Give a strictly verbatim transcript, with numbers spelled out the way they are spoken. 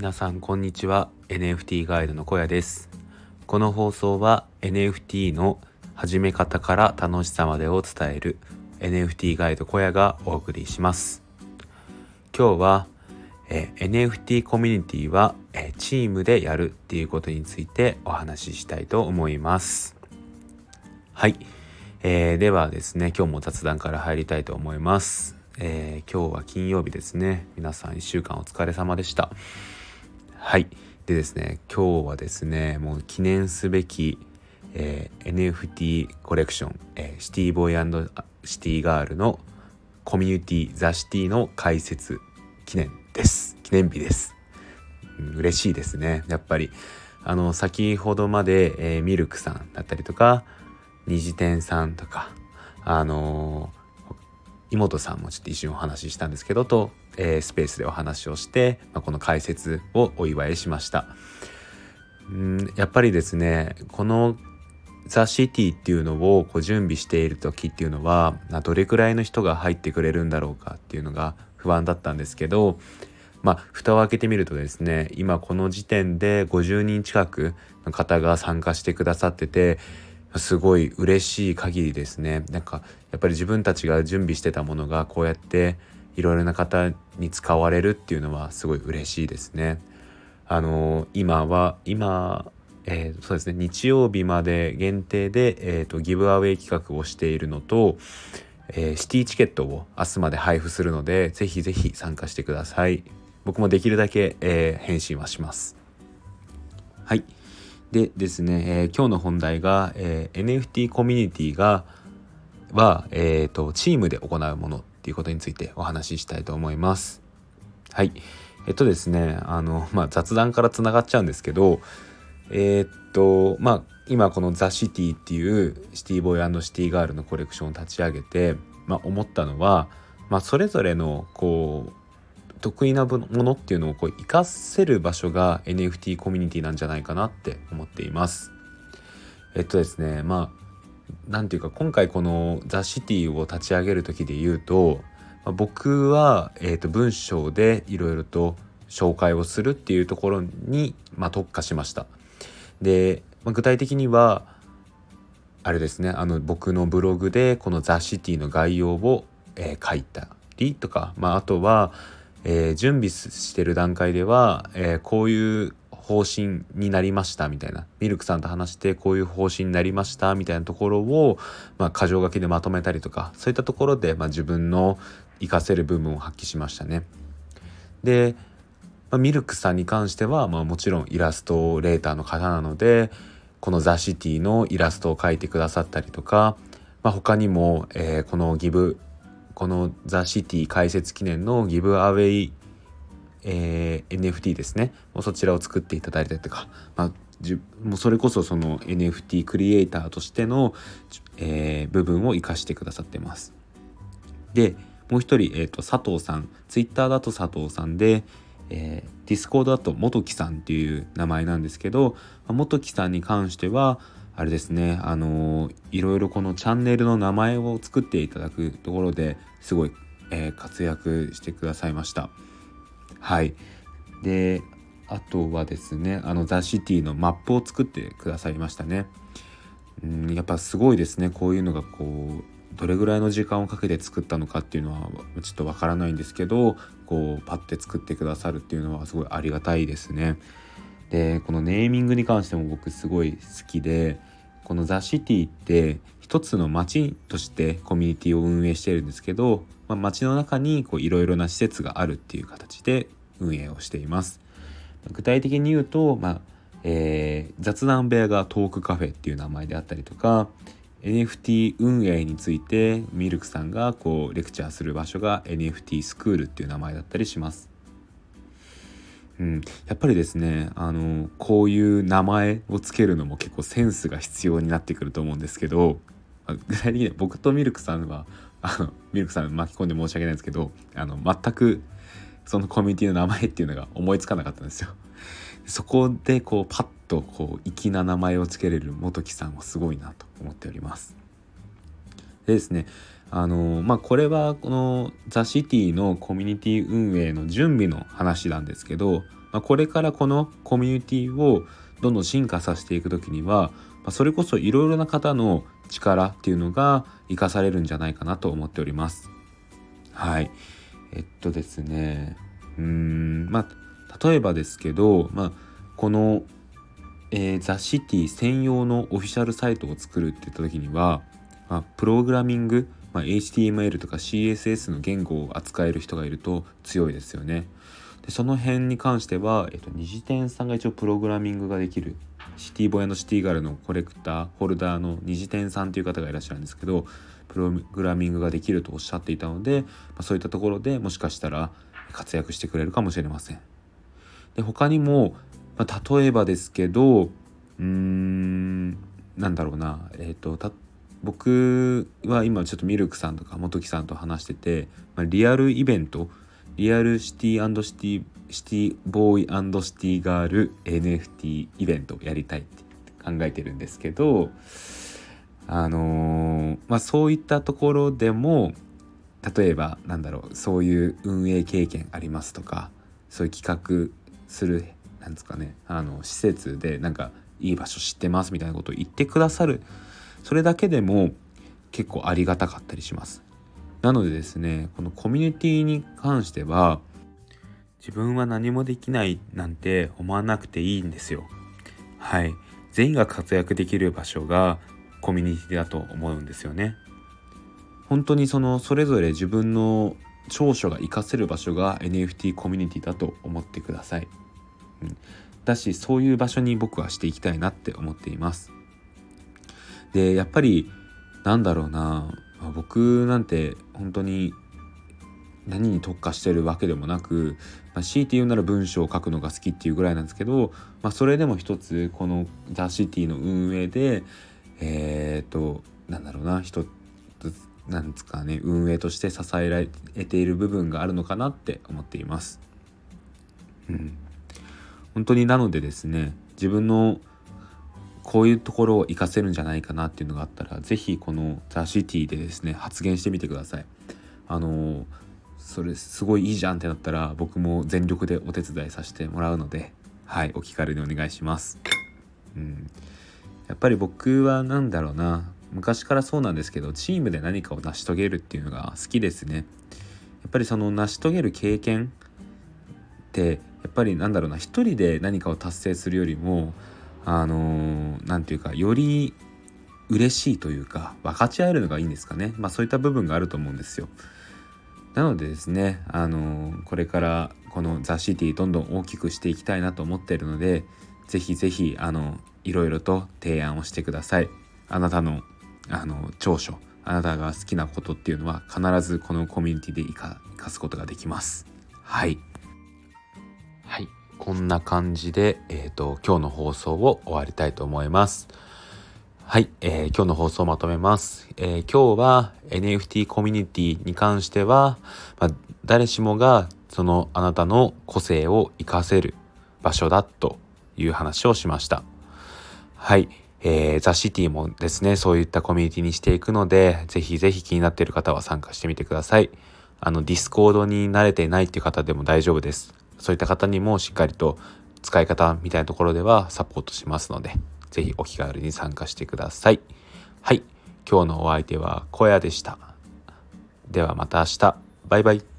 皆さんこんにちは。 エヌエフティー ガイドの小屋です。この放送は エヌエフティー の始め方から楽しさまでを伝える エヌエフティー ガイド小屋がお送りします。今日はえ エヌエフティー コミュニティはえチームでやるっていうことについてお話ししたいと思います。はい、えー、ではですね、今日も雑談から入りたいと思います。えー、今日は金曜日ですね。皆さんいっしゅうかんお疲れ様でした。はい。でですね、今日はですね、もう記念すべき、えー、エヌエフティー コレクション、えー、シティボーイ&シティガールのコミュニティザシティの開設記念です。記念日です。うん、嬉しいですね。やっぱりあの先ほどまで、えー、ミルクさんだったりとか、虹天さんとか、あのー妹さんもちょっと一瞬お話ししたんですけどと、えー、スペースでお話をして、まあ、この解説をお祝いしました。うんやっぱりですね、このザ・シティっていうのをこう準備している時っていうのは、どれくらいの人が入ってくれるんだろうかっていうのが不安だったんですけど、まあ蓋を開けてみるとですね、今この時点でごじゅうにん近くの方が参加してくださってて、すごい嬉しい限りですね。なんかやっぱり自分たちが準備してたものがこうやっていろいろな方に使われるっていうのはすごい嬉しいですね。あの今は今、えー、そうですね、日曜日まで限定で、えーと、ギブアウェイ企画をしているのと、えー、シティチケットを明日まで配布するので、ぜひぜひ参加してください。僕もできるだけ、えー、返信はします。はい。でですね、えー、今日の本題が、えー、エヌエフティー コミュニティがは、えーと、チームで行うものっていうことについてお話ししたいと思います。はい。えっとですね、あの、まあ、雑談からつながっちゃうんですけど、えー、っと、まあ、今このザ・シティっていうシティボーイ&シティガールのコレクションを立ち上げて、まあ、思ったのは、まあ、それぞれのこう得意なものっていうのをこう活かせる場所が エヌエフティー コミュニティなんじゃないかなって思っています。えっとですね、まあなんていうか、今回このザ・シティを立ち上げる時で言うと、まあ、僕は、えー、と文章でいろいろと紹介をするっていうところに、まあ、特化しました。で、まあ、具体的にはあれですね、あの僕のブログでこのザ・シティの概要を、えー書いたりとか、まあ、あとは、えー準備してる段階では、えーこういう方針になりましたみたいな、ミルクさんと話してこういう方針になりましたみたいなところを、まあ、箇条書きでまとめたりとか、そういったところで、まあ、自分の活かせる部分を発揮しましたね。で、まあ、ミルクさんに関しては、まあ、もちろんイラストレーターの方なので、このザ・シティのイラストを描いてくださったりとか、まあ、他にも、えーこのギブこのザ・シティ開設記念のギブアウェイ、えー エヌエフティー ですね、そちらを作っていただいたりとか、まあ、じもうそれこそその エヌエフティー クリエイターとしての、えー部分を生かしてくださってます。で、もう一人、えーと、佐藤さん、ツイッターだと佐藤さんで、えー、ディスコードだと元木さんっていう名前なんですけど、元木さんに関してはあれですね、あのー、いろいろこのチャンネルの名前を作っていただくところですごい、えー、活躍してくださいました。はい。で、あとはですね、あのザ・シティのマップを作ってくださいましたね。うん、やっぱすごいですね。こういうのがこうどれぐらいの時間をかけて作ったのかっていうのはちょっとわからないんですけど、こうパッて作ってくださるっていうのはすごいありがたいですね。で、このネーミングに関しても僕すごい好きで、このザ・シティって一つの街としてコミュニティを運営しているんですけど、まあ、街の中にいろいろな施設があるっていう形で運営をしています。具体的に言うと、まあえー、雑談部屋がトークカフェっていう名前であったりとか、 エヌエフティー 運営についてミルクさんがこうレクチャーする場所が エヌエフティー スクールっていう名前だったりします。うん、やっぱりですね、あのこういう名前をつけるのも結構センスが必要になってくると思うんですけど、具体的に僕とミルクさんはあのミルクさん巻き込んで申し訳ないんですけど、あの全くそのコミュニティの名前っていうのが思いつかなかったんですよ。そこでこうパッとこう粋な名前をつけれる元木さんはすごいなと思っております。でですね、あのまあこれはこのザ・シティのコミュニティ運営の準備の話なんですけど、 まあ、これからこのコミュニティをどんどん進化させていくときには、まあ、それこそいろいろな方の力っていうのが生かされるんじゃないかなと思っております。はい。えっとですね、うーん、まあ例えばですけど、まあこの、えー、ザ・シティ専用のオフィシャルサイトを作るって言った時には、まあ、プログラミング、まあ、エイチティーエムエル とか シーエスエス の言語を扱える人がいると強いですよね。でその辺に関しては、えっと、二次点さんが一応プログラミングができるシティボーイ&シティガールのコレクターホルダーの二次点さんという方がいらっしゃるんですけど、プログラミングができるとおっしゃっていたので、まあ、そういったところでもしかしたら活躍してくれるかもしれません。で他にも、まあ、例えばですけどうーんなんだろうなえっ、とた僕は今ちょっとミルクさんとか元木さんと話してて、まあ、リアルイベントリアルシティ&シティシティボーイ&シティガール エヌエフティー イベントやりたいって考えてるんですけど、あのー、まあそういったところでも例えばなんだろうそういう運営経験ありますとか、そういう企画するなんですかねあの施設でなんかいい場所知ってますみたいなことを言ってくださる、それだけでも結構ありがたかったりします。なのでですね、このコミュニティに関しては自分は何もできないなんて思わなくていいんですよ。はい、全員が活躍できる場所がコミュニティだと思うんですよね。本当にそのそれぞれ自分の長所が活かせる場所が エヌエフティー コミュニティだと思ってください。うん、だしそういう場所に僕はしていきたいなって思っています。でやっぱりなんだろうな、僕なんて本当に何に特化してるわけでもなく、まあ、強いて言うなら文章を書くのが好きっていうぐらいなんですけど、まあ、それでも一つこのザ・シティの運営でえっ、ー、となんだろうな一つなんですかね運営として支えられている部分があるのかなって思っています。うん、本当になのでですね、自分のこういうところを活かせるんじゃないかなっていうのがあったら、ぜひこのザ・シティでですね発言してみてください。あのそれすごいいいじゃんってなったら僕も全力でお手伝いさせてもらうので、はい、お気軽にお願いします。うん、やっぱり僕はなんだろうな、昔からそうなんですけど、チームで何かを成し遂げるっていうのが好きですね。やっぱりその成し遂げる経験ってやっぱりなんだろうな、一人で何かを達成するよりもあのー、なんていうかより嬉しいというか分かち合えるのがいいんですかね。まあそういった部分があると思うんですよ。なのでですね、あのー、これからこのザ・シティどんどん大きくしていきたいなと思っているので、ぜひぜひあのいろいろと提案をしてください。あなたのあの長所、あなたが好きなことっていうのは必ずこのコミュニティで生か、生かすことができます。はいはい、こんな感じで、えーと、今日の放送を終わりたいと思います。はい、えー、今日の放送をまとめます。えー、今日は エヌエフティー コミュニティに関しては、まあ、誰しもがそのあなたの個性を生かせる場所だという話をしました。はい、えー、ザ・シティもですね、そういったコミュニティにしていくので、ぜひぜひ気になっている方は参加してみてください。あの、ディスコードに慣れていないっていう方でも大丈夫です。そういった方にもしっかりと使い方みたいなところではサポートしますので、ぜひお気軽に参加してください。はい、今日のお相手は小屋でした。ではまた明日。バイバイ。